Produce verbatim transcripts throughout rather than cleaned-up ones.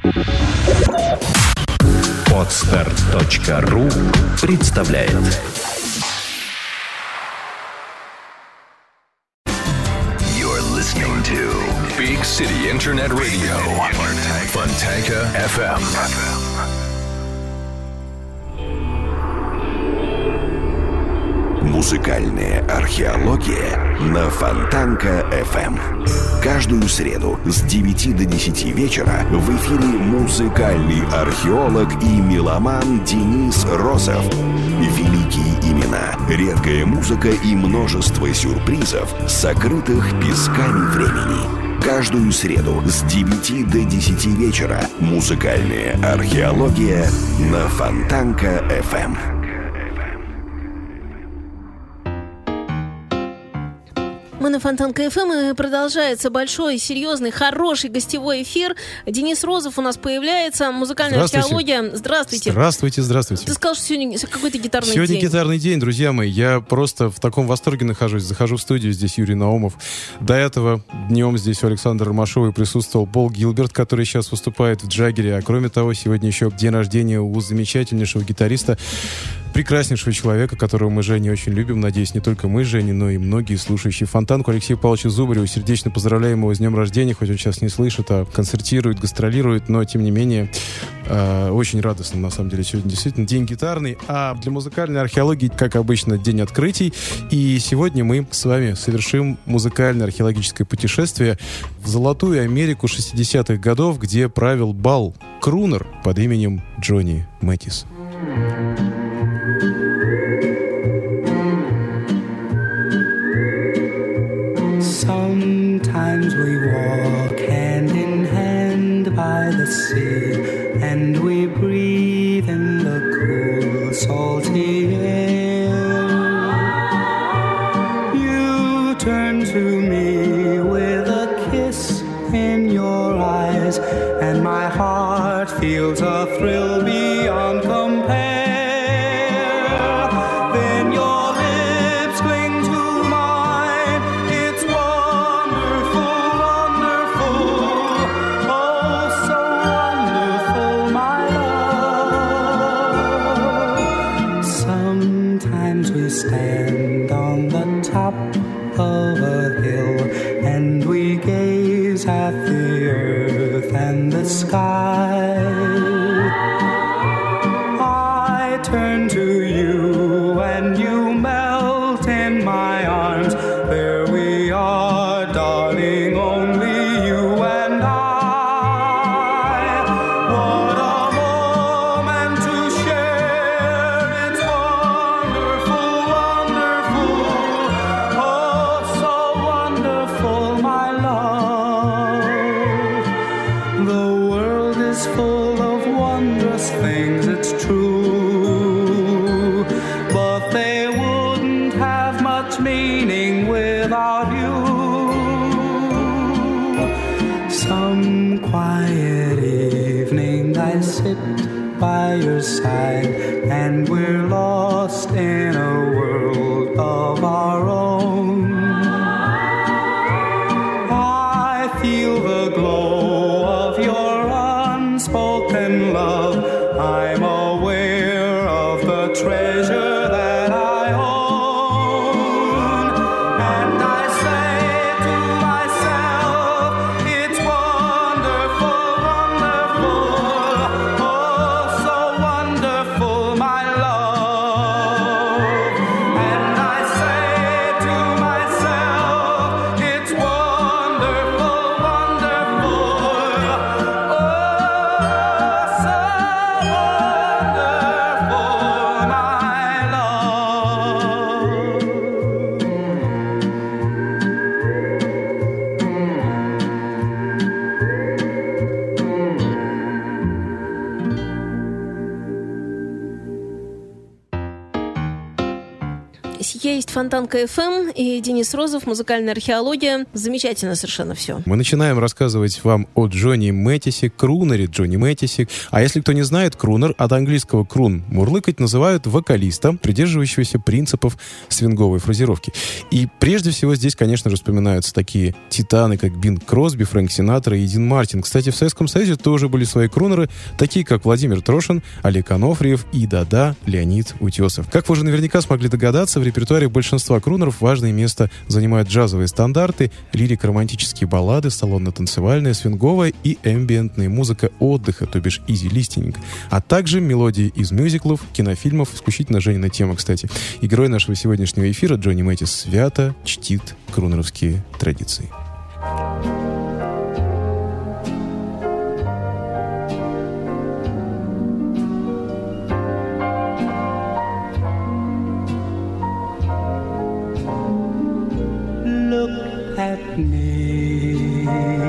Подстер точка ру представляет. You're listening to Big City Internet Radio, Fontanka эф эм. Музыкальная археология на Фонтанка эф эм. Каждую среду с девяти до десяти вечера в эфире музыкальный археолог и меломан Денис Розов. Великие имена, редкая музыка и множество сюрпризов, сокрытых песками времени. Каждую среду с девяти до десяти вечера музыкальная археология на Фонтанка эф эм. Мы на Фонтанка эф эм, и продолжается большой, серьезный, хороший гостевой эфир. Денис Розов у нас появляется, музыкальная археология. Здравствуйте. Здравствуйте, здравствуйте. Ты сказал, что сегодня какой-то гитарный сегодня день. Сегодня гитарный день, друзья мои. Я просто в таком восторге нахожусь. Захожу в студию, здесь Юрий Наумов. До этого днем здесь у Александра Ромашова присутствовал Пол Гилберт, который сейчас выступает в Джаггере. А кроме того, сегодня еще день рождения у замечательнейшего гитариста, прекраснейшего человека, которого мы, Женя, очень любим. Надеюсь, не только мы, Женя, но и многие слушающие Фонтанку. Алексею Павловичу Зубареву сердечно поздравляем его с днем рождения, хоть он сейчас не слышит, а концертирует, гастролирует, но, тем не менее, э, очень радостно, на самом деле. Сегодня действительно день гитарный, а для музыкальной археологии, как обычно, день открытий. И сегодня мы с вами совершим музыкальное археологическое путешествие в Золотую Америку шестидесятых годов, где правил бал крунер под именем Джонни Мэтис. Sometimes we walk hand in hand by the sea, and we breathe in the cool, salty air. You turn to me with a kiss in your eyes, and my heart feels a thrill beyond compare. Stand on the top of a hill, and we gaze at the earth and the sky. I turn to you and you melt in my arms. There we are, darling, only you and I. What a moment to share, it's wonderful. Full of wondrous things, it's true, but they wouldn't have much meaning without you. Some quiet evening I sit by your side, and we're lost in a world of our own. I feel the glow of your unspoken love. I'm aware of the treasure that I own, and I say to myself, it's wonderful, wonderful, oh so wonderful, my love. And I say to myself, it's wonderful, wonderful, oh so wonderful, my есть Фонтанка эф эм и Денис Розов, музыкальная археология. Замечательно совершенно все. Мы начинаем рассказывать вам о Джонни Мэттисе, крунере Джонни Мэттисе. А если кто не знает, крунер, от английского крун — мурлыкать, называют вокалиста, придерживающегося принципов свинговой фразировки. И прежде всего здесь, конечно же, вспоминаются такие титаны, как Бинг Кросби, Фрэнк Синатра и Дин Мартин. Кстати, в Советском Союзе тоже были свои крунеры, такие как Владимир Трошин, Олег Анофриев и, да-да, Леонид Утесов. Как вы уже наверняка смогли догадаться, в репертуаре большинства крунеров важное место занимают джазовые стандарты, лирико-романтические баллады, салонно-танцевальная, свинговая и эмбиентная музыка отдыха, то бишь изи-листинг, а также мелодии из мюзиклов, кинофильмов, исключительно Женина тема, кстати. И герой нашего сегодняшнего эфира Джонни Мэттис свято чтит крунеровские традиции. At me,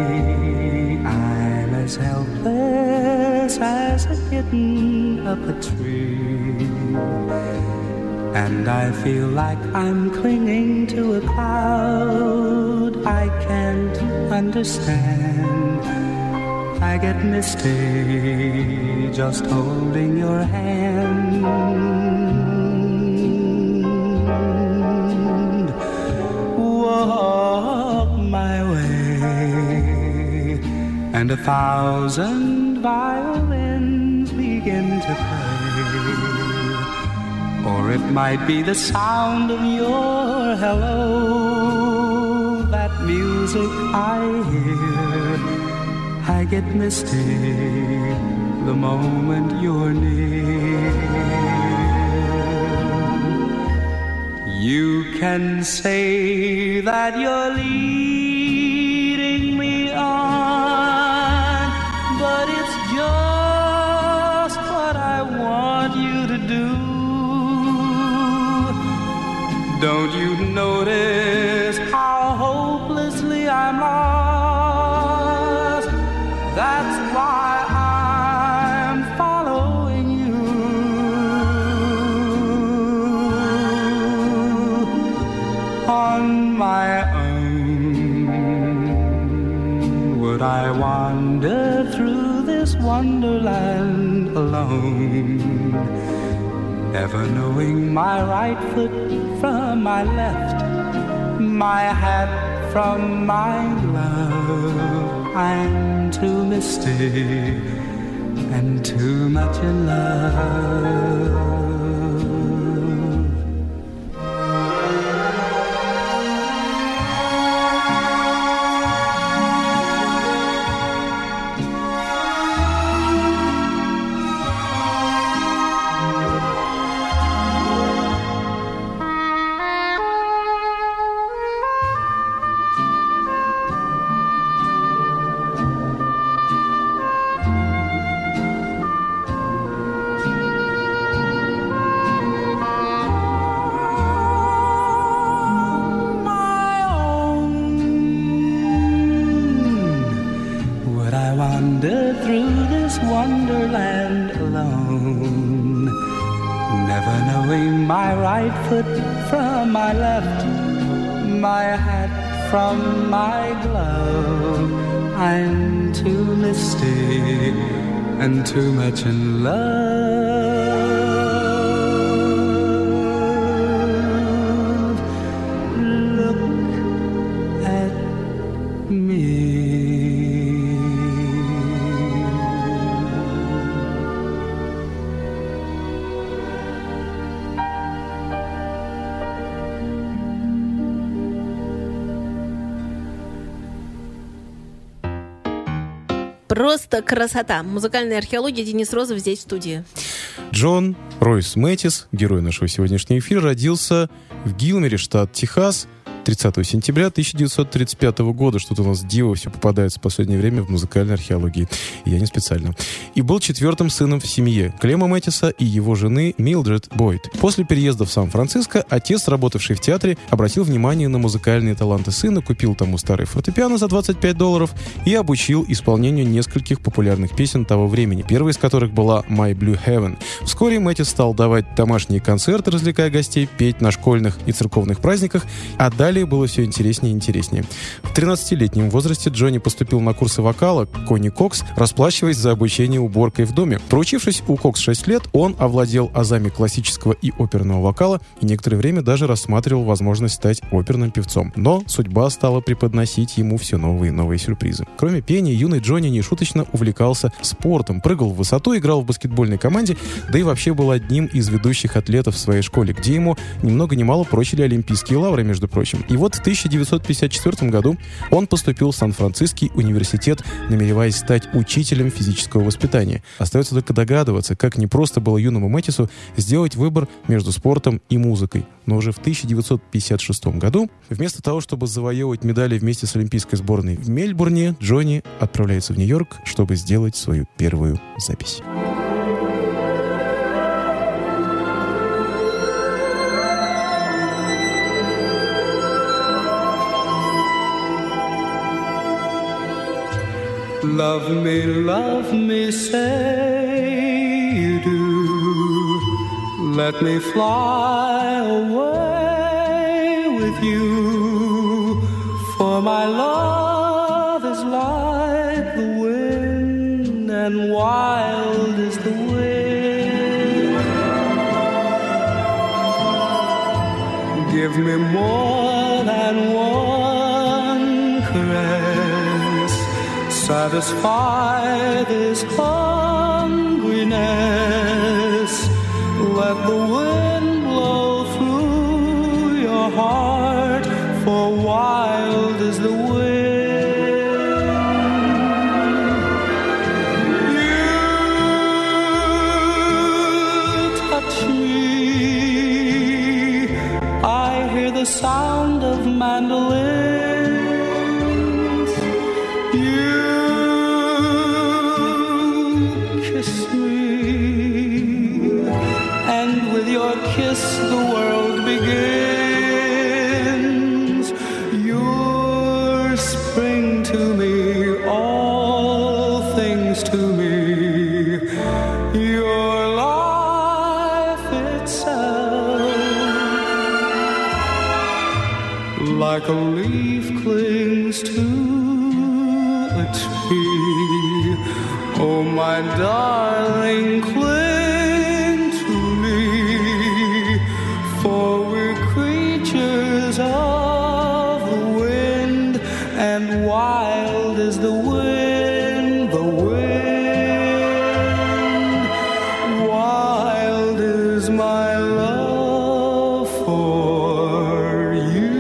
I'm as helpless as a kitten up a tree, and I feel like I'm clinging to a cloud I can't understand. I get misty just holding your hand. Walk my way, and a thousand violins begin to play. Or it might be the sound of your hello, that music I hear. I get misty the moment you're near. You can say that you're leading me on, but it's just what I want you to do. Don't you notice how hopelessly I'm lost? That's why I'm following you. On my own, would I wander through this wonderland alone, never knowing my right foot from my left, my hat from my glove? I'm too misty and too much in love. Wonderland alone, never knowing my right foot from my left, my hat from my glove. I'm too misty and too much in love. Look at me. Просто красота. Музыкальная археология. Денис Розов здесь в студии. Джон Ройс Мэттис, герой нашего сегодняшнего эфира, родился в Гилмере, штат Техас, тридцатого сентября тысяча девятьсот тридцать пятого года. Что-то у нас диво все попадается в последнее время в музыкальной археологии. И я не специально. И был четвертым сыном в семье Клема Мэттиса и его жены Милдред Бойд. После переезда в Сан-Франциско отец, работавший в театре, обратил внимание на музыкальные таланты сына, купил тому старый фортепиано за двадцать пять долларов и обучил исполнению нескольких популярных песен того времени, первая из которых была «My Blue Heaven». Вскоре Мэттис стал давать домашние концерты, развлекая гостей, петь на школьных и церковных праздниках, а далее было все интереснее и интереснее. В тринадцатилетнем возрасте Джонни поступил на курсы вокала к Конни Кокс, расплачиваясь за обучение уборкой в доме. Проучившись у Кокс шесть лет, он овладел азами классического и оперного вокала и некоторое время даже рассматривал возможность стать оперным певцом. Но судьба стала преподносить ему все новые и новые сюрпризы. Кроме пения, юный Джонни нешуточно увлекался спортом, прыгал в высоту, играл в баскетбольной команде, да и вообще был одним из ведущих атлетов в своей школе, где ему ни много ни мало прочили олимпийские лавры, между прочим. И вот в тысяча девятьсот пятьдесят четвёртом году он поступил в Сан-Франциский университет, намереваясь стать учителем физического воспитания. Остается только догадываться, как непросто было юному Мэттису сделать выбор между спортом и музыкой. Но уже в тысяча девятьсот пятьдесят шестом году, вместо того, чтобы завоевывать медали вместе с олимпийской сборной в Мельбурне, Джонни отправляется в Нью-Йорк, чтобы сделать свою первую запись. Love me, love me, say you do. Let me fly away with you. For my love is like the wind, and wild is the wind. Give me more than one caress. Satisfy this hungriness. Let the wind blow through your heart, for wild is the wind. You touch me, I hear the sound of mandolins. Kiss, the world begins. You're spring to me, all things to me. Your life itself. Like a leaf clings to a tree. Oh, my darling, cling. For we're creatures of the wind, and wild is the wind, the wind. Wild is my love for you.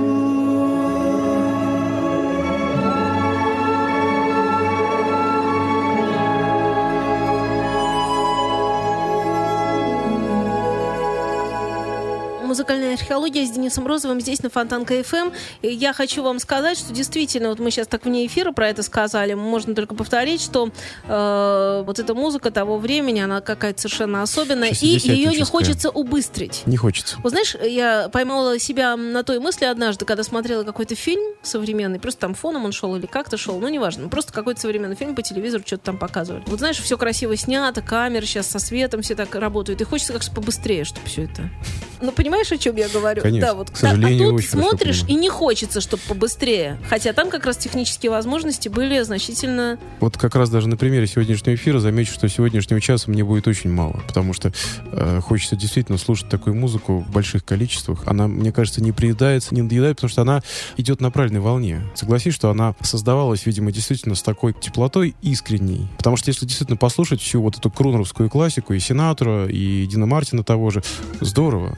Музыкальная археология с Денисом Розовым здесь на Фонтанка эф эм. И я хочу вам сказать, что действительно, вот мы сейчас так вне эфира про это сказали, можно только повторить, что э, вот эта музыка того времени, она какая-то совершенно особенная, и ее не хочется убыстрить. Не хочется. Вот знаешь, я поймала себя на той мысли однажды, когда смотрела какой-то фильм современный, просто там фоном он шел или как-то шел, ну неважно, просто какой-то современный фильм по телевизору что-то там показывали. Вот знаешь, все красиво снято, камеры сейчас со светом все так работают, и хочется как-то побыстрее, чтобы все это... Ну, понимаешь, о чем я говорю? Конечно, да, вот, к сожалению, а тут очень смотришь и не хочется, чтобы побыстрее. Хотя там как раз технические возможности были значительно... Вот как раз даже на примере сегодняшнего эфира замечу, что сегодняшнего часа мне будет очень мало, потому что э, хочется действительно слушать такую музыку в больших количествах. Она, мне кажется, не приедается, не надоедает, потому что она идет на правильной волне. Согласись, что она создавалась, видимо, действительно с такой теплотой искренней. Потому что если действительно послушать всю вот эту крунеровскую классику, и Синатра, и Дина Мартина того же, здорово.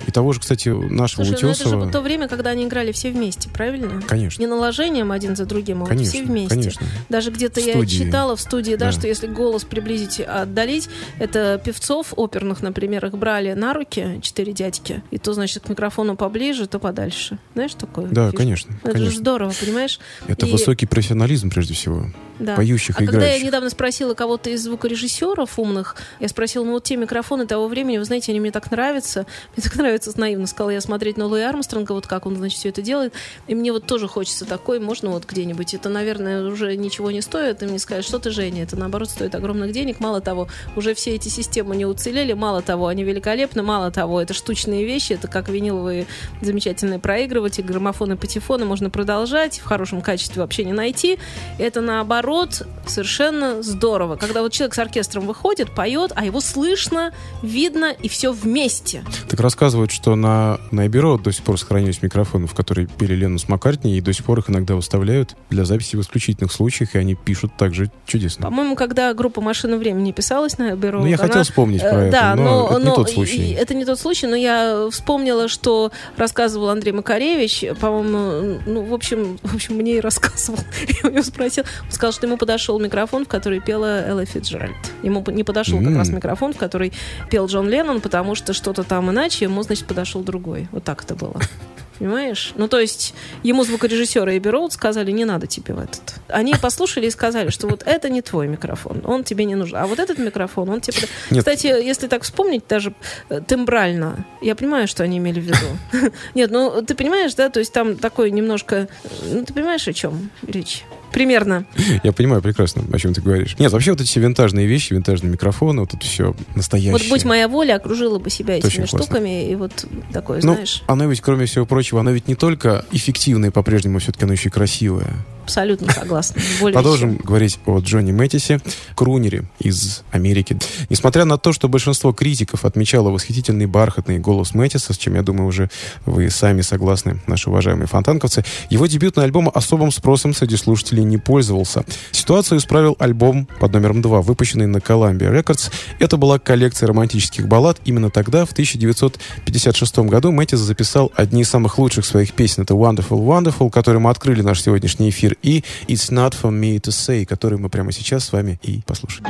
И того же, кстати, нашего Слушай, ну это Утесова... же то время, когда они играли все вместе, правильно? Конечно. Не наложением один за другим, а вот Конечно, все вместе. конечно. Даже где-то В я студии. читала в студии, да, Да. что если голос приблизить, отдалить, это певцов оперных, например, их брали на руки, четыре дядьки, и то, значит, к микрофону поближе, то подальше. Знаешь такое? Да, фишку? конечно, Это конечно. же здорово, понимаешь? Это И- высокий профессионализм, прежде всего. Да. Поющих а и когда я играющих. недавно спросила кого-то из звукорежиссеров умных, я спросила, ну вот те микрофоны того времени, вы знаете, они мне так нравятся. Мне так нравится, наивно сказала я, смотреть на Луи Армстронга, вот как он, значит, все это делает. И мне вот тоже хочется такой, можно вот где-нибудь. Это, наверное, уже ничего не стоит. И мне скажут, что ты, Женя, это, наоборот, стоит огромных денег. Мало того, уже все эти системы не уцелели. Мало того, они великолепны. Мало того, это штучные вещи. Это как виниловые замечательные проигрыватели, граммофоны, патефоны. Можно продолжать. В хорошем качестве вообще не найти. Это, наоборот, совершенно здорово. Когда вот человек с оркестром выходит, поет, а его слышно, видно, и все вместе. Так рассказывают, что на Найбюро до сих пор сохранились микрофоны, в которые пели Леннон с Маккартни, и до сих пор их иногда выставляют для записи в исключительных случаях, и они пишут также чудесно. По-моему, когда группа «Машина времени» писалась на бюро... Ну, я она- хотел вспомнить про э, это, да, но это не тот и- случай. и это не тот случай, но я вспомнила, что рассказывал Андрей Макаревич, по-моему, ну, в общем, в общем, мне и рассказывал. Я у него спросил, он сказал, что ему подошел микрофон, в который пела Элла Фицджеральд. Ему не подошел как М. раз микрофон, в который пел Джон Леннон, потому что что-то там иначе, ему, значит, подошел другой. Вот так это было. Понимаешь? Ну, то есть, ему звукорежиссеры и Эбби Роуд сказали, не надо тебе в этот. Они послушали и сказали, что вот это не твой микрофон, он тебе не нужен. А вот этот микрофон, он тебе... Нет. Кстати, если так вспомнить, даже э, тембрально, я понимаю, что они имели в виду. Нет, ну, ты понимаешь, да? То есть, там такой немножко... Ну, ты понимаешь, о чем речь? Примерно. Я понимаю прекрасно, о чем ты говоришь. Нет, вообще вот эти все винтажные вещи, винтажные микрофоны, вот это все настоящее. Вот будь моя воля, окружила бы себя Это этими очень классно. штуками, и вот такое, Ну, знаешь, оно ведь, кроме всего прочего, оно ведь не только эффективное по-прежнему, все-таки оно еще и красивое. абсолютно согласна. Более Продолжим чем. говорить о Джонни Мэттисе, крунере из Америки. Несмотря на то, что большинство критиков отмечало восхитительный бархатный голос Мэттиса, с чем, я думаю, уже вы сами согласны, наши уважаемые фонтанковцы, его дебютный альбом особым спросом среди слушателей не пользовался. Ситуацию исправил альбом под номером два, выпущенный на Columbia Records. Это была коллекция романтических баллад. Именно тогда, в тысяча девятьсот пятьдесят шестом году, Мэттис записал одни из самых лучших своих песен. Это Wonderful, Wonderful, которым мы открыли наш сегодняшний эфир, и It's Not For Me To Say, который мы прямо сейчас с вами и послушаем.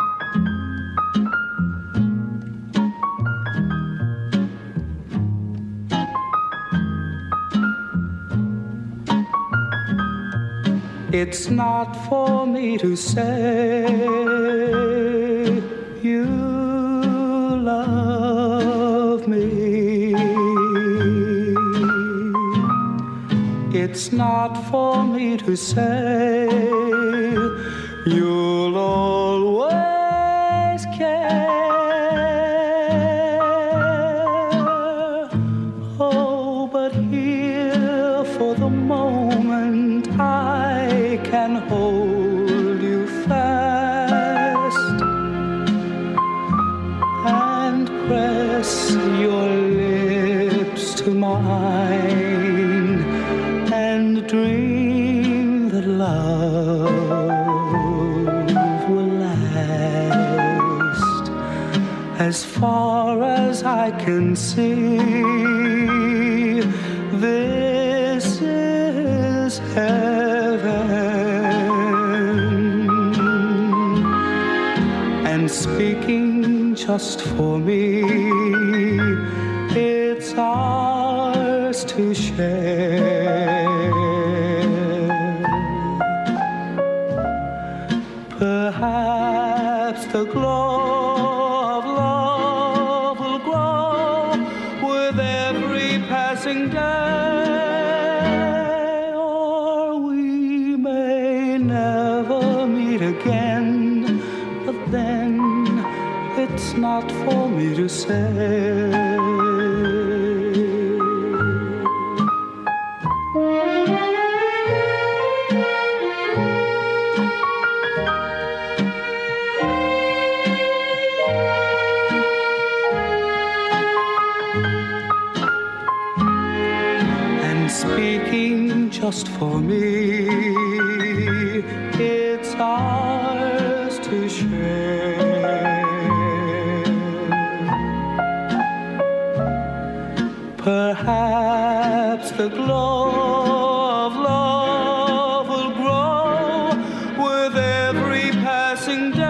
It's not for me to say you love me. It's not for me to say you'll always care. Oh, but here for the moment I can hold you fast and press your lips to mine and dream that love will last. As far as I can see, this is heaven. And speaking just for me, it's ours to share. Perhaps the glow of love will grow with every passing day, or we may never meet again, but then it's not for me to say. And speaking just for me, it's ours to share. the glow of love will grow with every passing day.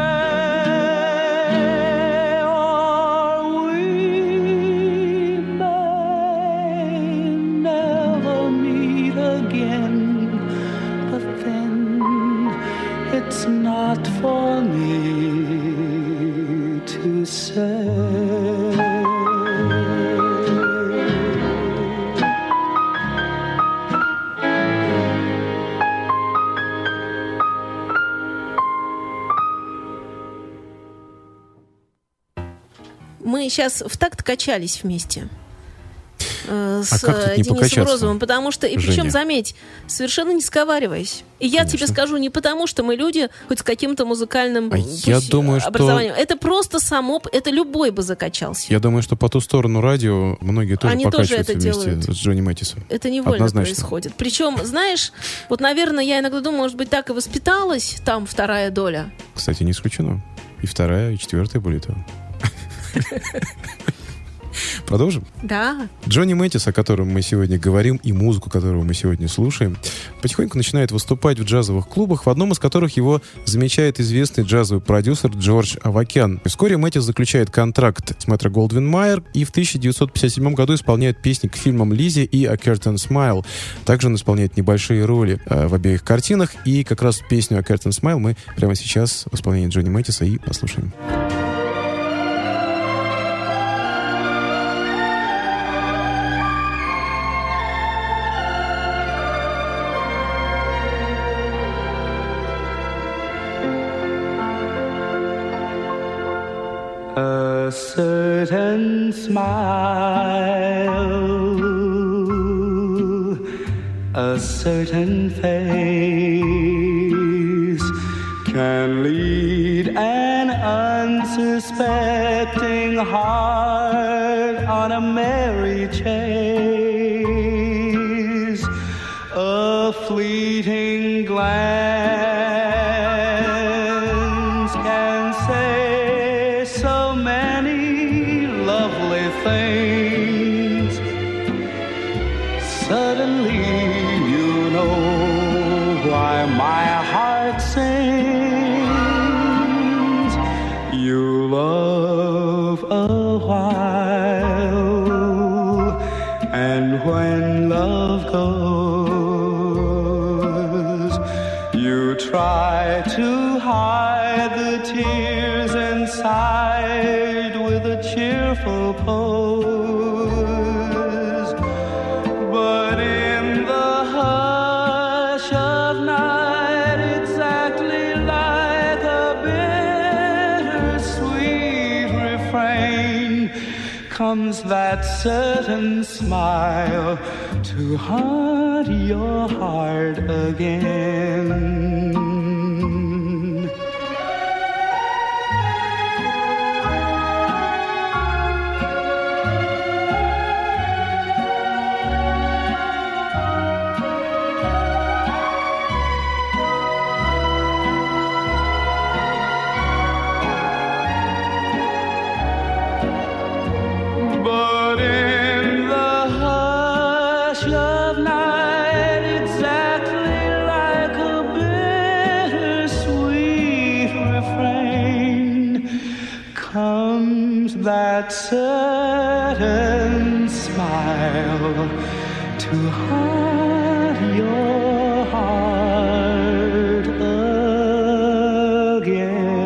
Or we may never meet again, but then it's not for me to say. Мы сейчас в такт качались вместе э, с а как тут не Денисом покачаться, Розовым, потому что, и причем, Женя? заметь, совершенно не сговариваясь. И я Конечно. тебе скажу не потому, что мы люди хоть с каким-то музыкальным А пусть, я думаю, что- образованием. Это просто само, это любой бы закачался. Я думаю, что по ту сторону радио многие тоже Они тоже покачиваются это вместе делают. с Джонни Мэтисом. Это невольно Однозначно. происходит. Причем, знаешь, вот, наверное, я иногда думаю, может быть, так и воспиталась там вторая доля. Кстати, не исключено. И вторая, и четвертая более того. Продолжим? Да. Джонни Мэтис, о котором мы сегодня говорим, и музыку, которую мы сегодня слушаем, потихоньку начинает выступать в джазовых клубах, в одном из которых его замечает известный джазовый продюсер Джордж Авакян. Вскоре Мэтис заключает контракт с Метро Голдвин Майер и в тысяча девятьсот пятьдесят седьмом году исполняет песни к фильмам «Лиззи» и «A Curtain Smile». Также он исполняет небольшие роли э, в обеих картинах, и как раз песню «A Curtain Smile» мы прямо сейчас в исполнении Джонни Мэтиса и послушаем. A certain smile, a certain face can lead an unsuspecting heart on a merry chase. A fleeting glance can say so many lovely things. Suddenly you know why my heart sings. You love a while, and when love goes, you try to hide the tears inside with a cheerful pose. But in the hush of night, exactly like a bittersweet refrain, comes that certain smile to haunt your heart again. But in the hush of night, exactly like a bittersweet refrain, comes that certain smile to haunt your heart again.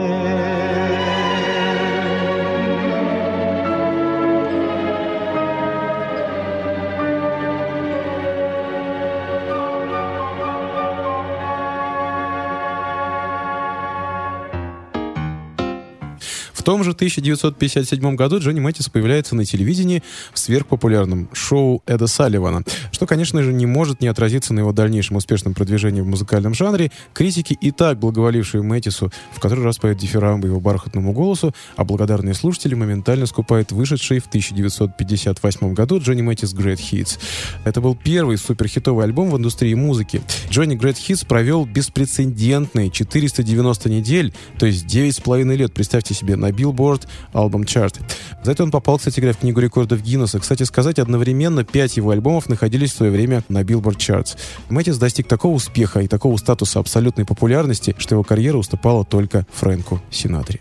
В том же тысяча девятьсот пятьдесят седьмом году Джонни Мэтис появляется на телевидении в сверхпопулярном шоу Эда Салливана, что, конечно же, не может не отразиться на его дальнейшем успешном продвижении в музыкальном жанре. Критики, и так благоволившие Мэтису, в который раз поют дифирамбы его бархатному голосу, а благодарные слушатели моментально скупают вышедший в тысяча девятьсот пятьдесят восьмом году Джонни Мэтис Great Hits. Это был первый суперхитовый альбом в индустрии музыки. Джонни Great Hits провел беспрецедентные четыреста девяносто недель, то есть девять с половиной лет, представьте себе, на Billboard Album Chart. За это он попал, кстати говоря, в книгу рекордов Гиннесса. Кстати сказать, одновременно пять его альбомов находились в свое время на Billboard Charts. Мэтис достиг такого успеха и такого статуса абсолютной популярности, что его карьера уступала только Фрэнку Синатре.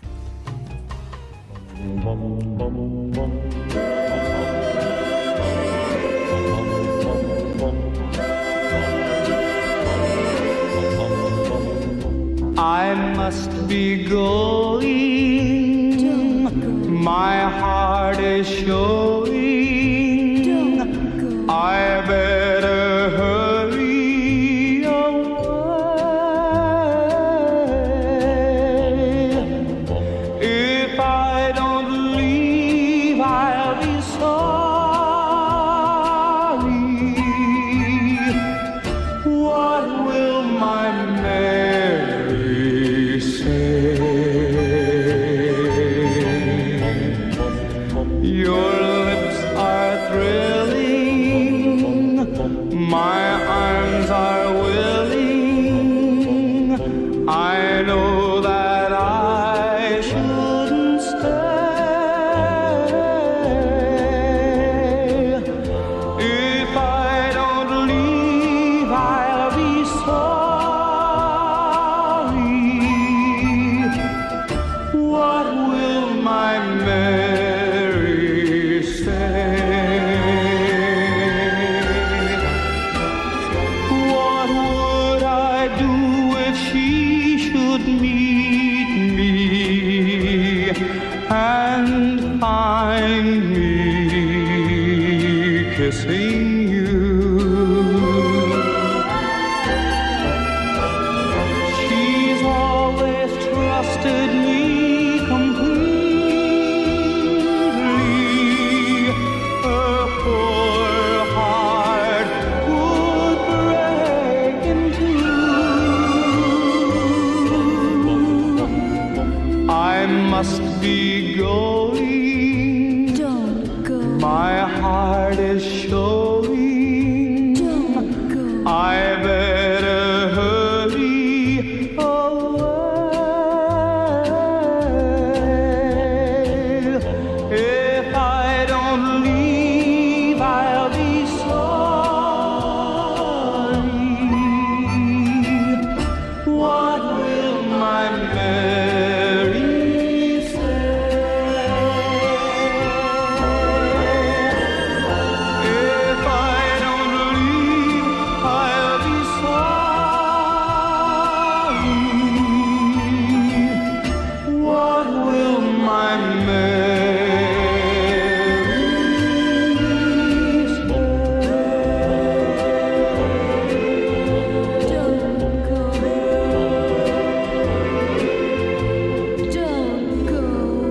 I must be going, my heart is showing, I better hurry away. If I don't leave, I'll be sorry. What will my Mary say? Your lips are thrilling, my arms are willing. I know that I shouldn't stay. If I don't leave, I'll be sorry. What will my Mary say? What would I do if she should meet me and find me kissing you? She's always trusted me completely. Her poor heart would break in two. I must be going. Don't go. My heart is showing. Don't go. I better hurry away. If I don't leave, I'll be sorry. What will my Mary say? If I don't leave, I'll be sorry. What will my Mary say? Don't go. Don't go.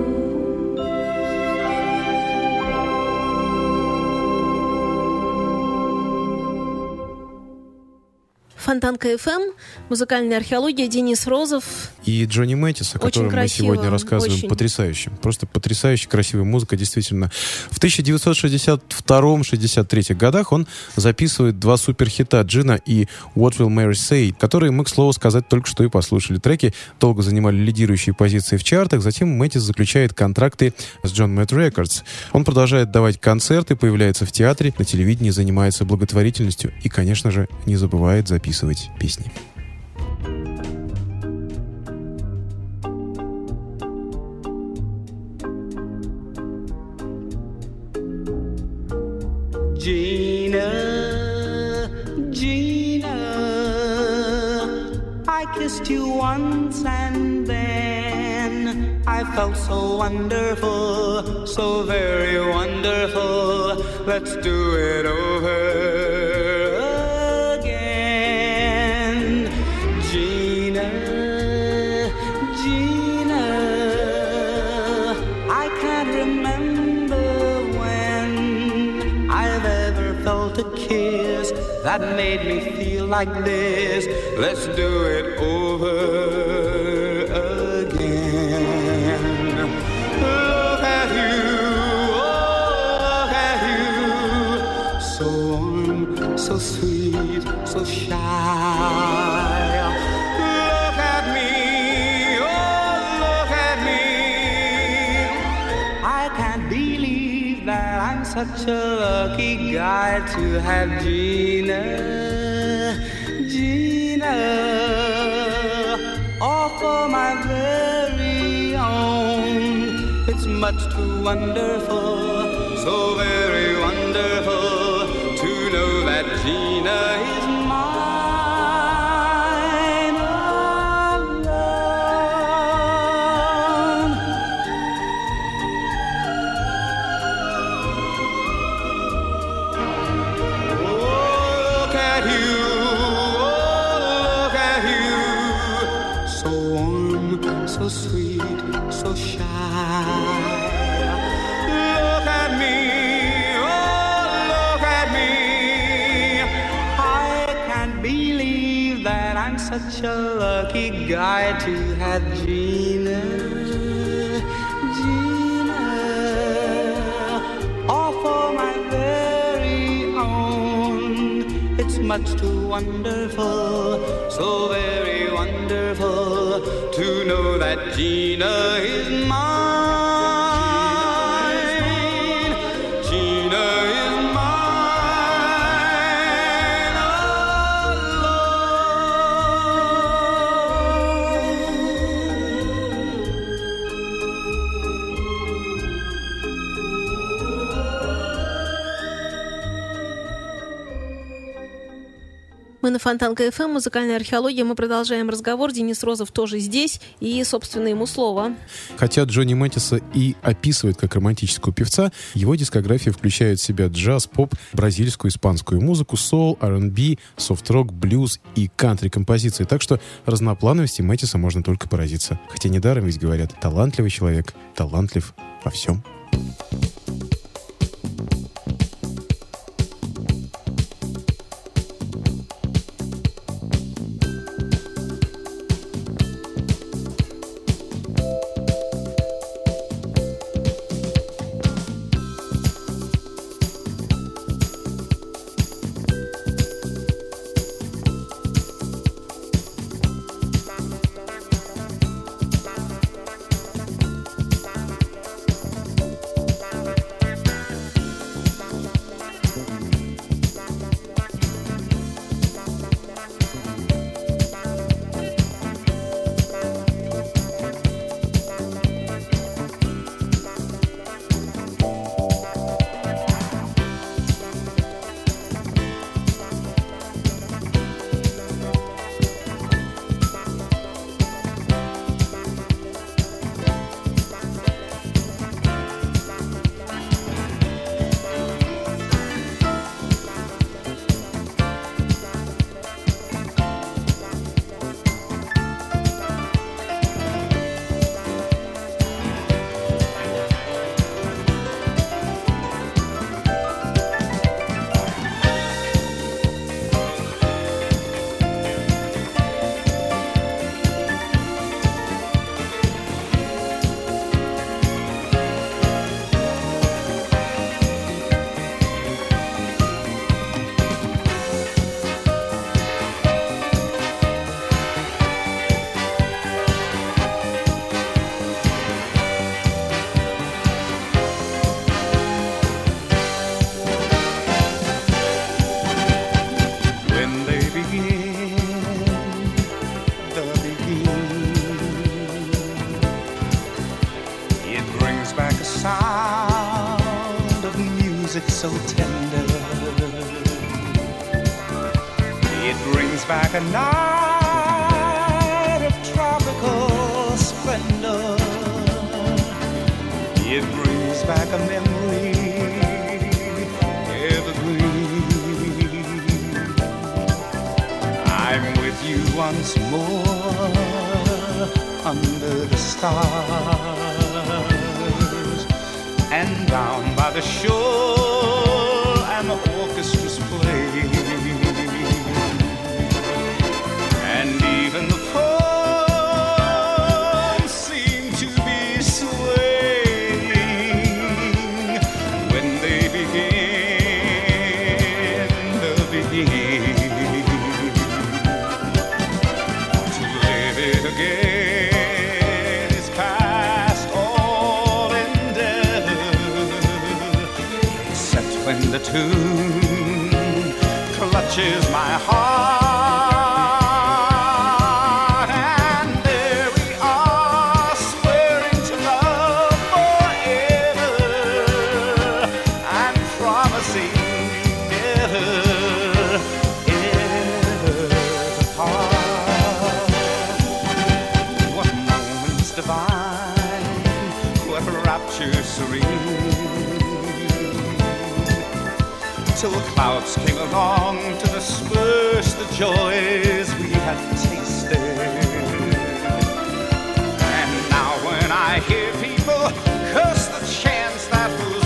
Фонтанка эф эм, музыкальная археология, Денис Розов. И Джонни Мэтис, о Очень котором мы красиво, сегодня рассказываем, очень. потрясающе. Просто потрясающе красивая музыка, действительно. В тысяча девятьсот шестьдесят втором — шестьдесят третьем годах он записывает два суперхита «Джина» и «What Will Mary Say», которые мы, к слову сказать, только что и послушали. Треки долго занимали лидирующие позиции в чартах, затем Мэтис заключает контракты с John Matt Records. Он продолжает давать концерты, появляется в театре, на телевидении, занимается благотворительностью и, конечно же, не забывает записывать песни. Gina, Gina, I kissed you once and then I felt so wonderful, so very wonderful. Let's do it over again. Gina, Gina, I can't remember when I've ever felt a kiss that made me feel like this. Let's do it over again. Look at you, oh, look at you, so warm, so sweet, so shy. Look at me, oh, look at me. I I can't believe that I'm such a lucky guy to have Gina, Gina, all for my very own. It's much too wonderful, so very wonderful to know that Gina is mine. So sweet, so shy. Look at me, oh, look at me. I can't believe that I'm such a lucky guy to have Gina, Gina, all for my very own. It's much too wonderful, so very wonderful to know that Gina is mine. Gina is mine Мы на Фонтанка эф эм, музыкальная археология. Мы продолжаем разговор. Денис Розов тоже здесь. И, собственно, ему слово. Хотя Джонни Мэтиса и описывает как романтического певца, его дискография включает в себя джаз, поп, бразильскую, испанскую музыку, соул, ар энд би, софт-рок, блюз и кантри-композиции. Так что разноплановости Мэтиса можно только поразиться. Хотя недаром ведь говорят, талантливый человек талантлив во всем. So tender, it brings back a night of tropical splendor. It brings back a memory evergreen. I'm with you once more under the stars, and down by the shore and the orchestra's playing, and even the palms seem to be swaying when they begin the beginning to live it again is past when the tune clutches my heart, and there we are, swearing to love forever, and promising never, ever to part. What moments divine, what rapture serene, till the clouds came along to disperse the joys we had tasted. And now when I hear people curse the chance that was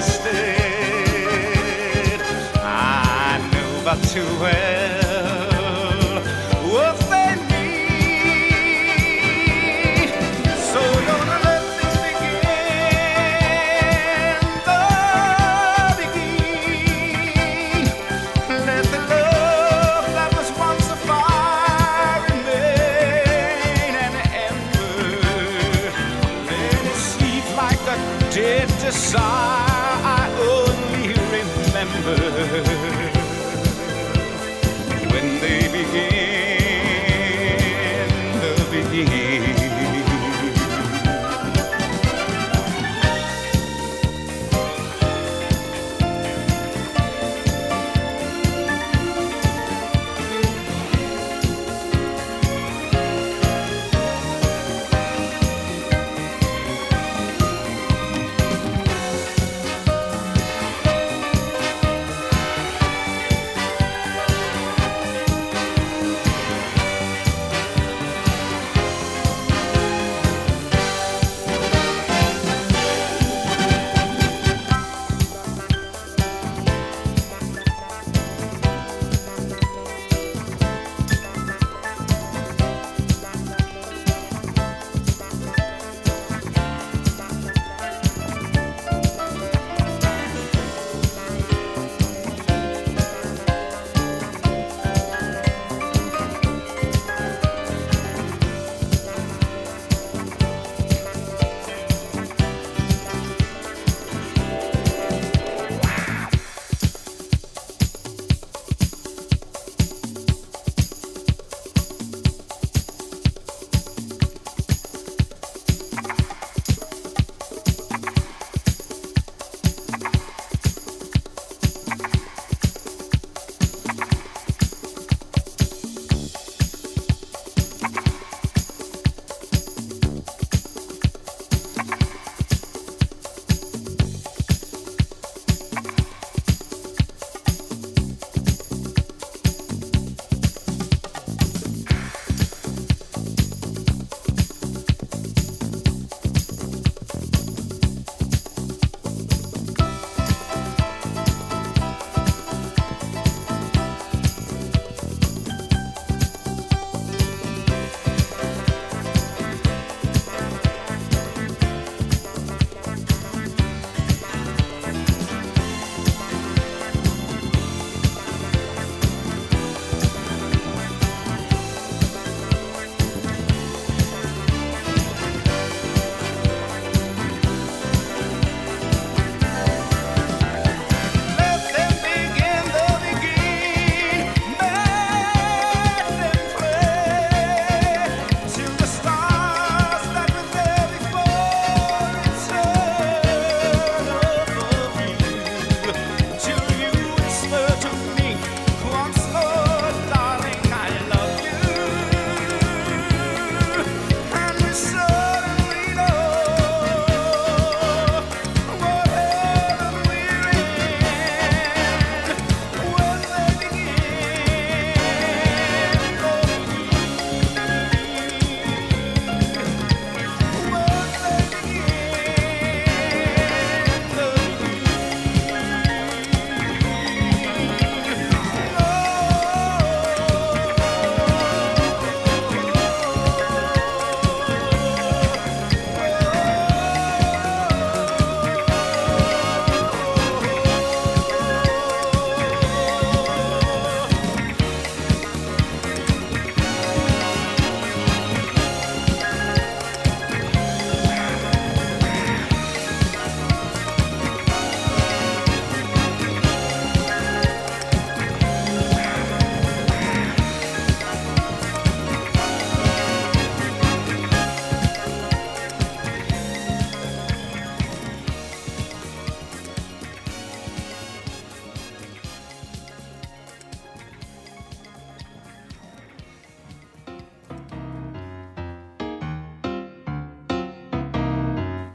wasted, I know but too well what they mean. So don't let them begin the beginning. Let the love that was once a fire remain an ember. Let it sleep like a dead desire I only remember when they begin the beginning.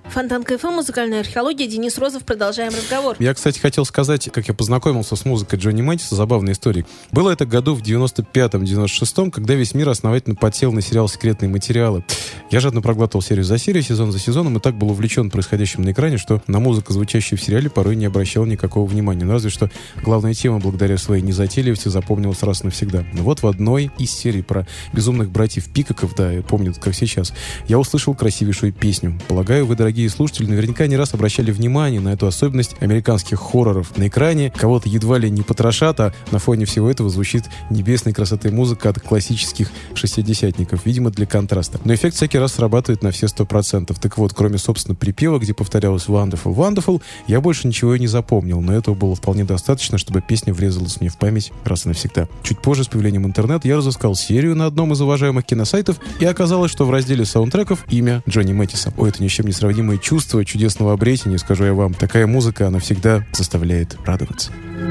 Фонтанка эф эм, музыкальная археология. Денис Розов. Продолжаем разговор. Я, кстати, хотел сказать, как я познакомился с музыкой Джонни Мэтиса. Забавная история. Было это году в девяносто пятом — девяносто шестом, когда весь мир основательно подсел на сериал «Секретные материалы». Я жадно проглатывал серию за серией, сезон за сезоном, и так был увлечен происходящим на экране, что на музыку, звучащую в сериале, порой не обращал никакого внимания. Но разве что главная тема, благодаря своей незатейливости, запомнилась раз и навсегда. Но вот в одной из серий про безумных братьев Пикаков, да, я помню, как сейчас, я услышал красивейшую песню. Полагаю, вы, дорогие слушатели, наверняка не раз обращали внимание на эту особенность американских хорроров. На экране кого-то едва ли не потрошат, а на фоне всего этого звучит небесной красоты музыка от классических шестидесятников, видимо, для контраста. Но эффект всякий раз срабатывает на все сто процентов. Так вот, кроме, собственно, припева, где повторялось «Wonderful, wonderful», я больше ничего и не запомнил, но этого было вполне достаточно, чтобы песня врезалась мне в память раз и навсегда. Чуть позже, с появлением интернета, я разыскал серию на одном из уважаемых киносайтов, и оказалось, что в разделе саундтреков имя Джонни Мэтиса. О, это ни с чем не сравнимое чувство чудесного обретения, скажу я вам. Такая музыка, она всегда заставляет радоваться.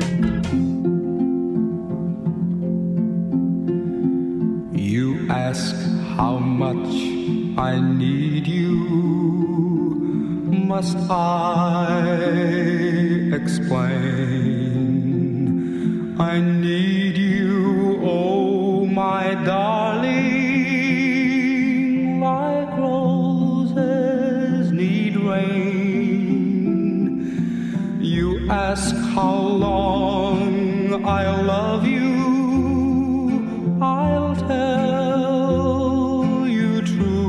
You ask how much I need you. Must I explain? I need you, oh my darling, like roses need rain. You ask how long I'll love you. I'll tell you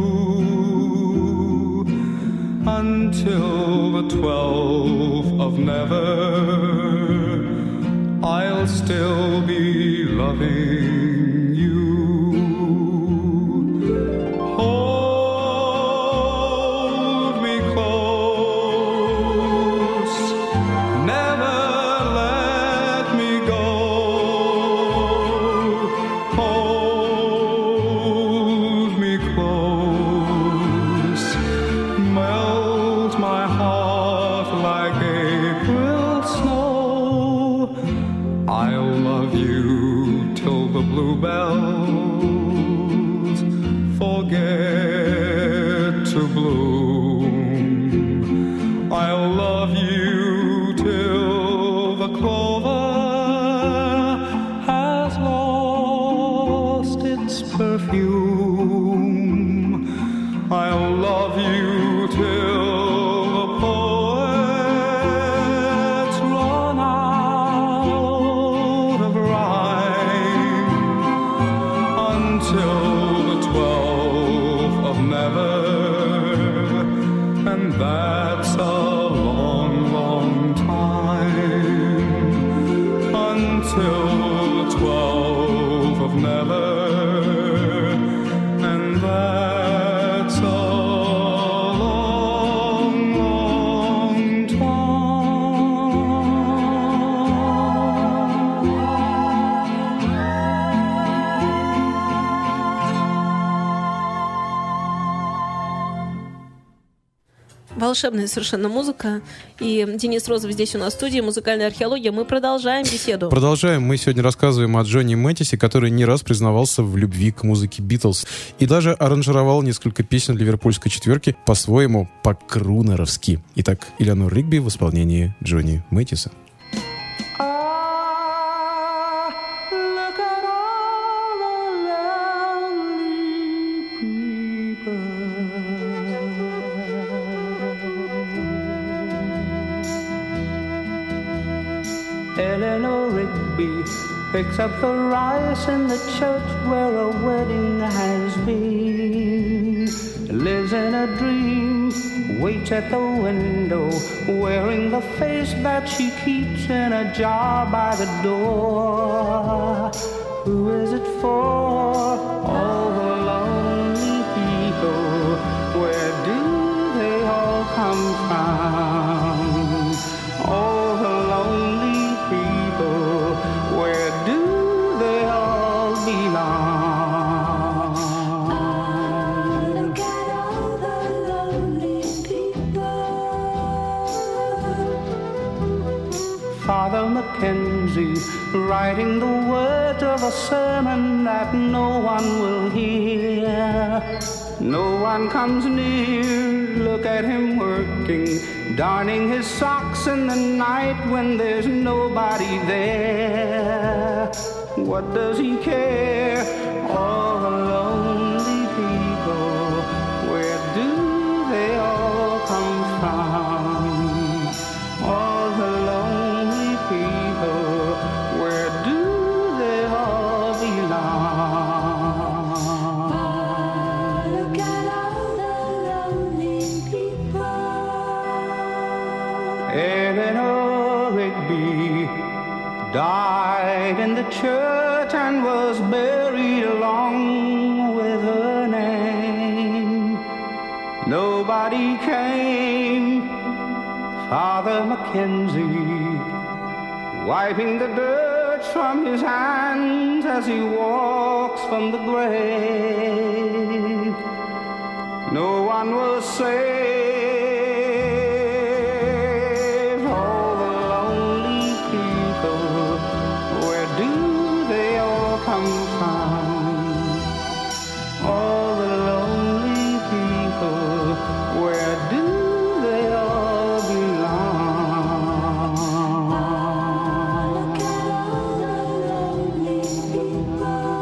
true until the twelfth of never. I'll still be loving you. Hold me close, never let me go. Hold me close, melt my heart like April snow. I'll love you till the bluebells forget to bloom. I'll love you till the clover has lost its perfume. I'll love you till the poets run out of rhyme, until the twelfth of never, and that's a long, long time, until the twelfth of never, and that's a long, long Волшебная совершенно музыка. И Денис Розов здесь у нас в студии, музыкальная археология. Мы продолжаем беседу. Продолжаем. Мы сегодня рассказываем о Джонни Мэтисе, который не раз признавался в любви к музыке Битлз. И даже аранжировал несколько песен для ливерпульской четверки по-своему, по-крунеровски. Итак, Элеонор Ригби в исполнении Джонни Мэтиса. Look at all the lonely people. Eleanor Rigby picks up the rice in the church where a wedding has been. Lives in a dream, waits at the window, wearing the face that she keeps in a jar by the door. Who is it for? All the lonely people. Where do they all come from? All the lonely people. Where do they all belong? Look at all the lonely people. Father Mackenzie, writing the words of a sermon that no one will hear. No one comes near, look at him working, darning his socks in the night when there's nobody there. What does he care? All the lonely people, where do they all come from? All the lonely people, where do they all belong? Look at all the lonely people. Eleanor Rigby died in the church and was buried along with her name. Nobody came. Father Mackenzie, wiping the dirt from his hands as he walks from the grave. No one will save. All the lonely people, where do they all come from? All the lonely people, where do they all belong? Look at all the lonely people.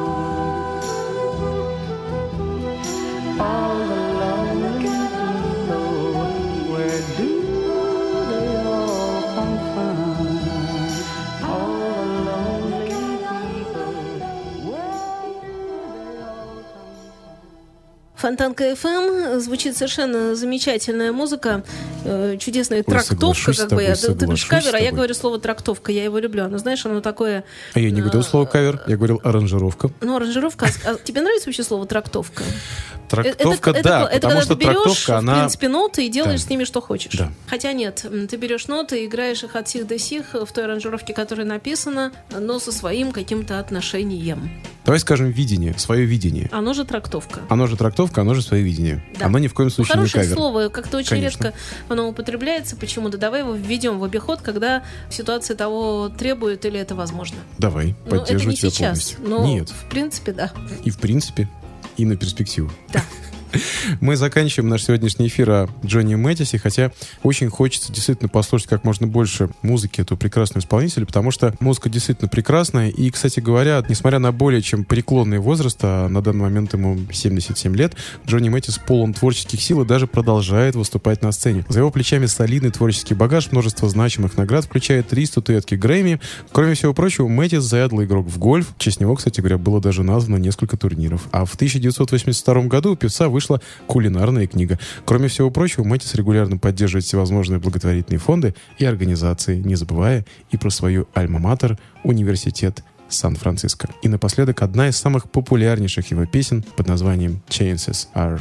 All the lonely people, where do they all come from? All the lonely people, where do they all come from? Фонтанка эф эм, звучит совершенно замечательная музыка, э, чудесная Ой, трактовка, соглашусь как с бы. тобой, Я, ты говоришь соглашусь кавер, с а я тобой. говорю слово трактовка, я его люблю. Оно, знаешь, оно такое... А я не говорил слово кавер, я говорил аранжировка. Ну, аранжировка. А, а тебе нравится вообще слово трактовка? Трактовка, это, да, это, это потому когда что ты берешь, трактовка, в она... принципе, ноты и делаешь Да. с ними что хочешь. Да. Хотя нет, м, ты берешь ноты, играешь их от сих до сих в той аранжировке, которая написана, но со своим каким-то отношением. Давай скажем видение, свое видение. Оно же трактовка. Оно же трактовка, оно же свое видение. Да. Оно ни в коем Ну, случае не хорошее кавер. слово, как-то очень Конечно. редко оно употребляется почему-то. Давай его введем в обиход, когда ситуация того требует или это возможно. Давай, Ну, это поддерживаю не тебя сейчас, полностью. но Нет, в принципе, да. и в принципе, и на перспективу. Да. Мы заканчиваем наш сегодняшний эфир о Джонни Мэтисе, хотя очень хочется действительно послушать как можно больше музыки этого прекрасного исполнителя, потому что музыка действительно прекрасная. И, кстати говоря, несмотря на более чем преклонный возраст, а на данный момент ему семьдесят семь лет, Джонни Мэтис полон творческих сил и даже продолжает выступать на сцене. За его плечами солидный творческий багаж, множество значимых наград, включая три статуэтки Грэмми. Кроме всего прочего, Мэтис заядлый игрок в гольф. В честь него, кстати говоря, было даже названо несколько турниров. А в тысяча девятьсот восемьдесят втором году у певца вышла кулинарная книга. Кроме всего прочего, Мэтис регулярно поддерживает всевозможные благотворительные фонды и организации, не забывая и про свою альма-матер университет Сан-Франциско. И напоследок одна из самых популярнейших его песен под названием «Chances Are».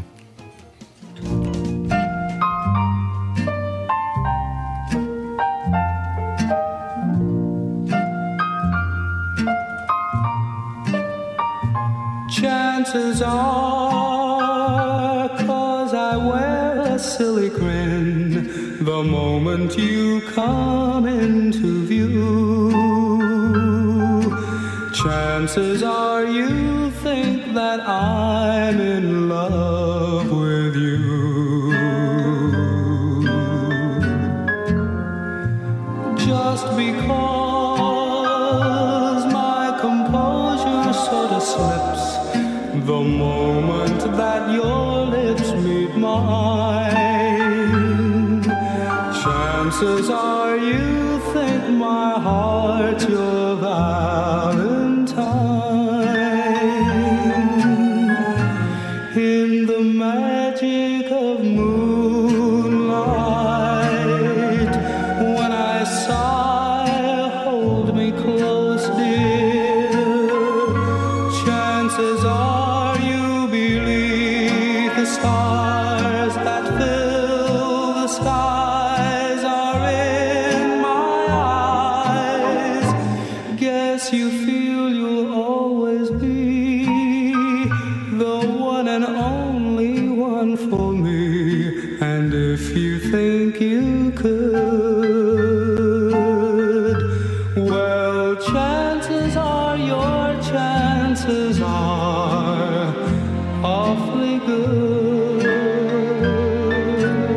Chances are, 'cause I wear a silly grin the moment you come into view. Chances are you think that I'm in love with you. Just because my composure sort of slips the moment that your lips meet mine. Chances are you think my heart's your valentine. In the magic of moonlight, when I sigh, hold me close, dear. Chances are you believe the stars that fill the skies are in my eyes. Guess you feel you'll always be the one and only one for me. And if you think you could, well, chances are your chances are awfully good.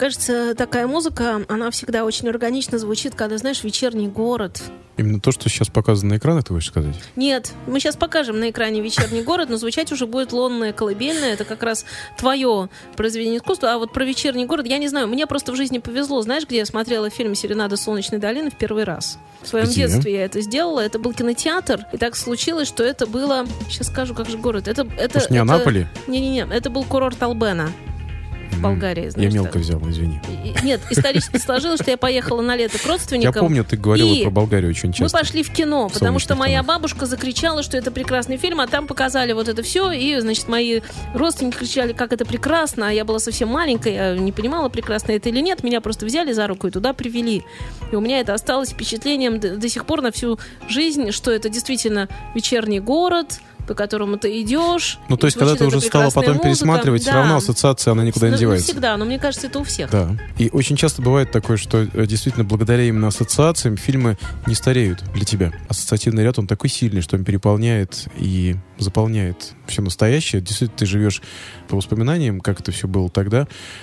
кажется, такая музыка, она всегда очень органично звучит, когда, знаешь, вечерний город. Именно то, что сейчас показано на экранах, ты хочешь сказать? Нет, мы сейчас покажем на экране вечерний город, но звучать уже будет лунная колыбельная. Это как раз твое произведение искусства. А вот про вечерний город, я не знаю, мне просто в жизни повезло. Знаешь, где я смотрела фильм «Серенада Солнечной долины» в первый раз? В своем Где? детстве я это сделала. Это был кинотеатр. И так случилось, что это было... Сейчас скажу, как же город. Это, это, Может, не это... Анаполи? Не-не-не, это был курорт Албена. В Болгарии, знаешь. Я мелко так. взял, извини. И- Нет, исторически сложилось, что я поехала на лето к родственникам. Я помню, ты говорила и про Болгарию очень часто. Мы пошли в кино, потому что солнечных моя тонах. бабушка закричала, что это прекрасный фильм, а там показали вот это все, и, значит, мои родственники кричали, как это прекрасно, а я была совсем маленькая, я не понимала, прекрасно это или нет, меня просто взяли за руку и туда привели. И у меня это осталось впечатлением до, до сих пор на всю жизнь, что это действительно вечерний город, по которому ты идешь. Ну, то есть, когда ты уже стала потом пересматривать, все равно ассоциация, она никуда не Ну, девается. всегда, но мне кажется, это у всех. Да. И очень часто бывает такое, что э, действительно благодаря именно ассоциациям фильмы не стареют для тебя. Ассоциативный ряд, он такой сильный, что он переполняет и заполняет все настоящее. Действительно, ты живешь по воспоминаниям, как это все было тогда,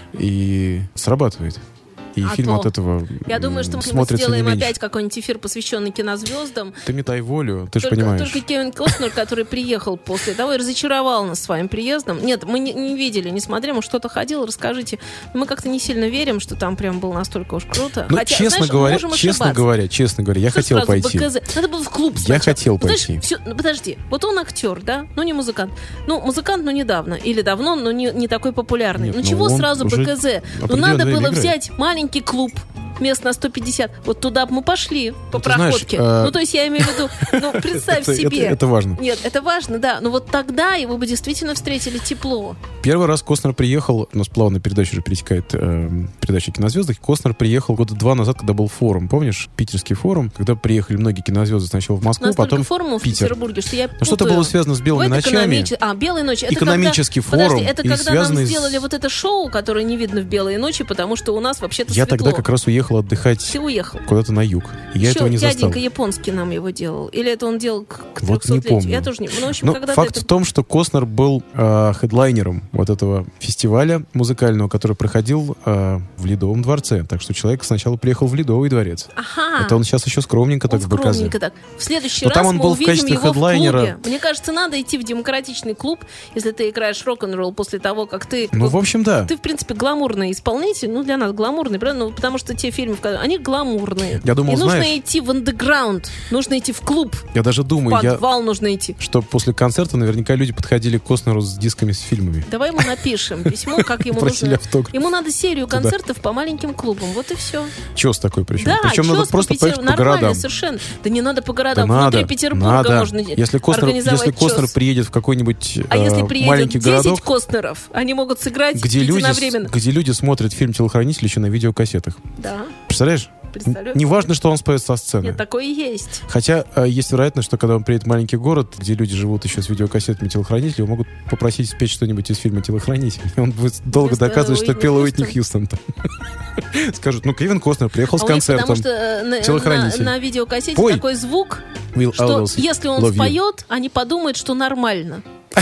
и срабатывает. И А фильм то. от этого Я думаю, что мы смотрится сделаем не меньше. опять какой-нибудь эфир, посвященный кинозвездам. Ты не дай волю, ты же Только, понимаешь. только Кевин Костнер, который приехал после того и разочаровал нас своим приездом. Нет, мы не, не видели, не смотрели, может, что-то ходил, расскажите. Мы как-то не сильно верим, что там прям было настолько уж круто. Ну, Хотя, честно знаешь, мы говоря, можем честно ошибаться. говоря, честно говоря, я Что хотел сразу пойти. БКЗ? Надо было в клуб Я сначала. хотел Ну, знаешь, пойти. всё- ну, подожди, вот он актер, да? Ну, не музыкант. Ну, музыкант, но недавно. Или давно, но не, не такой популярный. Нет, ну, ну, чего он сразу уже БКЗ? Ну, определенное надо время было играет. взять маленький клуб, мест на сто пятьдесят. Вот туда бы мы пошли по Ну, ты знаешь, проходке. а- Ну, то есть я имею в виду, ну, представь Это- себе. это- это важно. Нет, это важно, да. Но вот тогда его бы действительно встретили тепло. Первый раз Костнер приехал, у нас плавно передача уже перетекает, э, передача о кинозвездах. Костнер приехал года два назад, когда был форум, помнишь? Питерский форум, когда приехали многие кинозвезды сначала в У Москву, нас столько потом форумов в в Питер. Петербурге, что я Ну, что-то путаю. было связано с белыми Вот ночами. экономичес- А, «Белые ночи». Это Экономический когда... форум Подожди, это и когда нам связанный с- сделали вот это шоу, которое не видно в «Белые ночи», потому что у нас вообще-то Я светло. тогда как раз уехал отдыхать Ты уехал. куда-то на юг. И я Еще этого не застал. дяденька японский нам его делал. Или это он делал к, к Вот не трехсотлетию? помню. Я тоже не... Ну, в общем, Но когда-то факт это... в том, что Костнер был э, хедлайнером вот этого фестиваля музыкального, который проходил э, в Ледовом дворце. Так что человек сначала приехал в Ледовый дворец. Ага. Это он сейчас еще скромненько Он так в БКЗ. скромненько так. В следующий Но раз там он мы был в увидим качестве его хедлайнера. в клубе. Мне кажется, надо идти в демократичный клуб, если ты играешь рок-н-ролл после того, как ты... Ну, в общем, да. Ты, в принципе, гламурный исполнитель. Ну, для нас гламурный, правда? Ну, потому что те фильмы, в которых... они гламурные. Я думал, И нужно знаешь- идти в андеграунд. Нужно идти в клуб. Я даже В думаю, я, подвал нужно идти. что после концерта наверняка люди подходили к Костнеру с дисками с фильмами. Давай ему напишем письмо, как ему Просили нужно... автограф. Ему надо серию Туда. концертов по маленьким клубам. Вот и все. Чес такой причем. Да, причем чёс надо просто по Питеру. поехать по Нормально, городам. совершенно. Да не надо по Да городам. надо, Внутри Петербурга надо. можно Если Костнер, организовать если Костнер чёс. приедет в какой-нибудь А э, если приедет маленький десять городок, Костнеров, они могут сыграть где люди, единовременно. где люди смотрят фильм «Телохранитель» еще на видеокассетах. Да, Представляешь? представляю. Не важно, что он споет со сцены. Нет, такое и есть. Хотя э, есть вероятность, что когда он приедет в маленький город, где люди живут еще с видеокассетами «Телохранителей», его могут попросить спеть что-нибудь из фильма «Телохранитель». И он будет долго Вместо доказывать, что Уитни пела Уитни Хьюстон? Хьюстон. Скажут, ну, Кевин Костнер приехал с А у них концертом. потому что э, на, «Телохранитель». на- на видеокассете Пой. такой звук, Will что always если он love you. споет, они подумают, что нормально.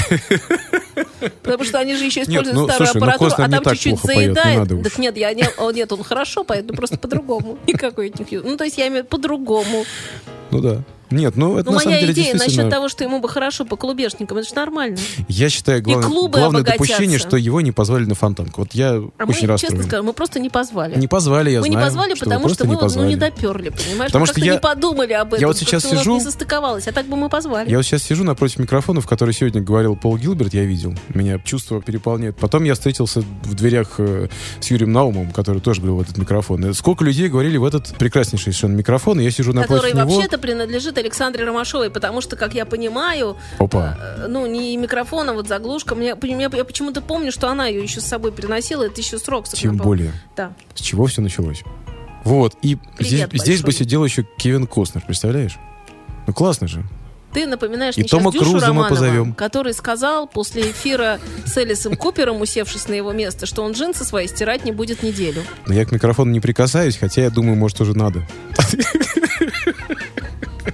Потому что они же еще используют ну, старую слушай, ну, аппаратуру, Костнер а не там так чуть-чуть плохо поет, не заедает. надо уж. Так нет, я не, о, нет, он хорошо поет, но просто по-другому. Никакой Уитни Хьюстон. Ну, то есть я имею в виду по-другому. Ну да. Нет, ну это Ну, на самом моя деле идея действительно... насчет того, что ему бы хорошо по клубешникам, это же нормально. Я считаю, главное, клубы главное обогатятся. допущение, что его не позвали на Фонтанку. Вот я А очень мы, честно расстроен. скажем, мы просто не позвали. Не позвали, я мы знаю. не позвали, что потому вы что просто мы не вот, ну, позвали. не доперли, понимаешь? Потому мы что как-то я- не подумали об этом. я вот сейчас как-то у нас сижу- не состыковалось, а так бы мы позвали. Я вот сейчас сижу напротив микрофона, в который сегодня говорил Пол Гилберт, я видел. Меня чувство переполняет. Потом я встретился в дверях э, с Юрием Наумовым, который тоже говорил в этот микрофон. И сколько людей говорили в этот прекраснейший совершенно микрофон, и я сижу напротив Который него. вообще-то принадлежит Александре Ромашовой, потому что, как я понимаю, Опа. э, ну, не микрофон, а вот заглушка. Мне, мне- я почему-то помню, что она ее еще с собой приносила, это еще с Роксом. Тем напомню. более. Да. С чего все началось? Вот. И здесь, Привет здесь бы большой. сидел еще Кевин Костнер, представляешь? Ну классно же. Ты напоминаешь И мне сейчас Тома Дюшу Круза мы Романова, позовем. который сказал после эфира с Элисом Купером, усевшись на его место, что он джинсы свои стирать не будет неделю. Но я к микрофону не прикасаюсь, хотя я думаю, может, уже надо.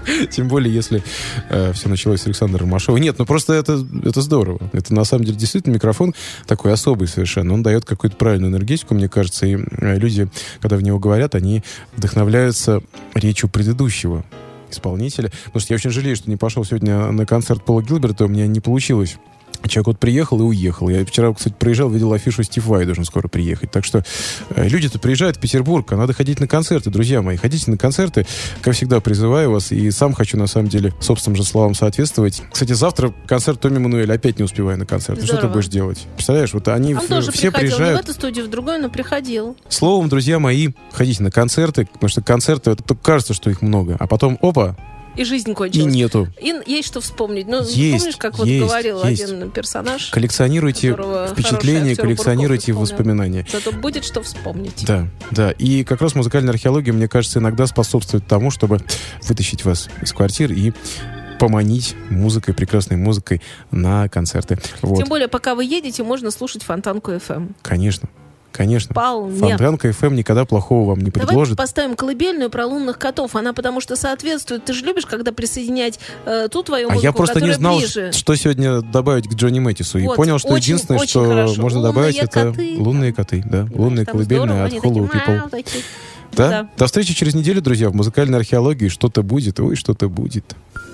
Тем более, если э, все началось с Александра Ромашова. Нет, ну просто это, это здорово. Это на самом деле действительно микрофон такой особый совершенно. Он дает какую-то правильную энергетику, мне кажется. И э, люди, когда в него говорят, они вдохновляются речью предыдущего исполнителя. Потому что я очень жалею, что не пошел сегодня на концерт Пола Гилберта. У меня не получилось. Человек вот приехал и уехал. Я вчера, кстати, проезжал, видел афишу, Стив Vai должен скоро приехать. Так что э, люди-то приезжают в Петербург, а надо ходить на концерты, друзья мои. Ходите на концерты, как всегда, призываю вас. И сам хочу, на самом деле, собственным же словам соответствовать. Кстати, завтра концерт Томми Мануэль. Опять не успеваю на концерт. Что ты будешь делать? Представляешь, вот они Он в, тоже все приходил, приезжают. не в эту студию, в другую, но приходил. Словом, друзья мои, ходите на концерты, потому что концерты, это только кажется, что их много. А потом, опа, И жизнь и кончилась. нету. И есть что вспомнить. Ну, Есть, помнишь, как вот есть, говорил есть. один персонаж? Коллекционируйте которого впечатления, хороший актер коллекционируйте Бурков исполнял. воспоминания. Зато будет что вспомнить. Да, да. И как раз музыкальная археология, мне кажется, иногда способствует тому, чтобы вытащить вас из квартир и поманить музыкой, прекрасной музыкой на концерты. Вот. Тем более, пока вы едете, можно слушать Фонтанку эф эм. Конечно, конечно. Вполне. Фонтанка эф эм никогда плохого вам не Давай предложит. поставим колыбельную про лунных котов. Она потому что соответствует. Ты же любишь, когда присоединять э, ту твою А музыку, я просто не которая знал, ближе. что сегодня добавить к Джонни Мэтису. И Вот, понял, что очень, единственное, очень что хорошо. можно Лунные добавить, это коты. лунные коты. Да, Понимаешь, лунные там колыбельные здорово, от они Hollow такие, People. мяу, такие. Да? Да. До встречи через неделю, друзья, в музыкальной археологии. Что-то будет, ой, что-то будет.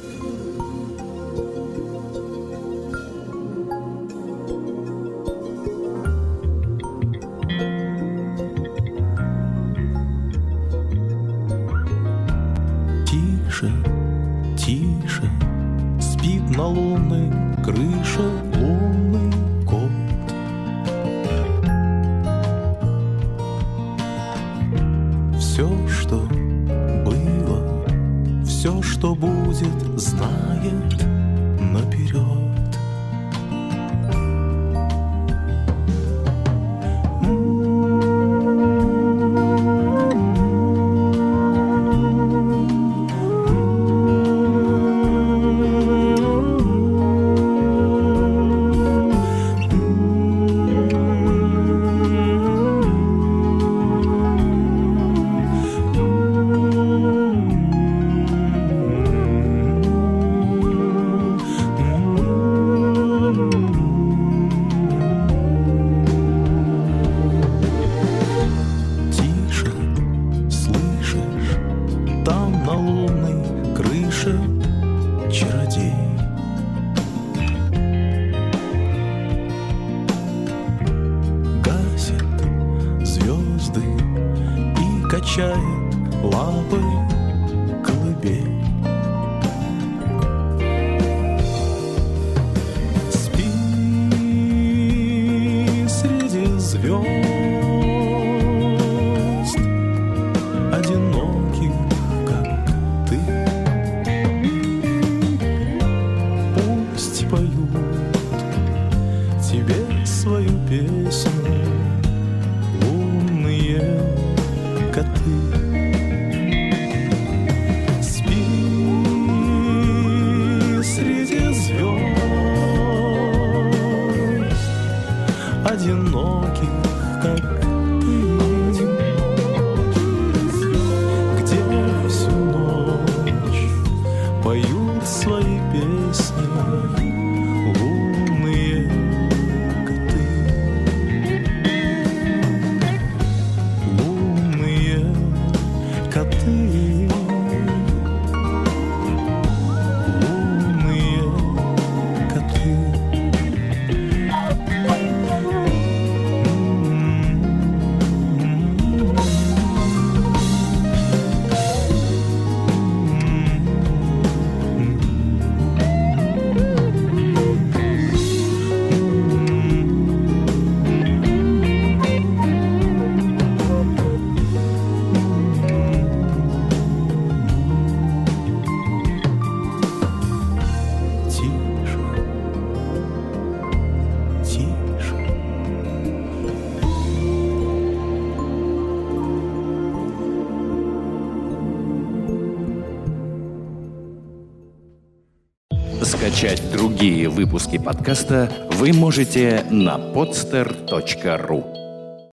Тише, тише, спит на лунной крыше лунный кот. Все, что было, все, что будет, знает наперед. Тише, слышишь, там на лунной крыше чародей. Гасит звезды и качает лапой колыбель. Спи среди звезд, одиноких, как ты. Пусть поют тебе свою песню лунные коты. Спи среди звезд, одиноких, как ты, где всю ночь поют свои песни лунные коты. Лунные коты. Лунные коты. Тише, тише. Скачать другие выпуски подкаста вы можете на podster точка ру.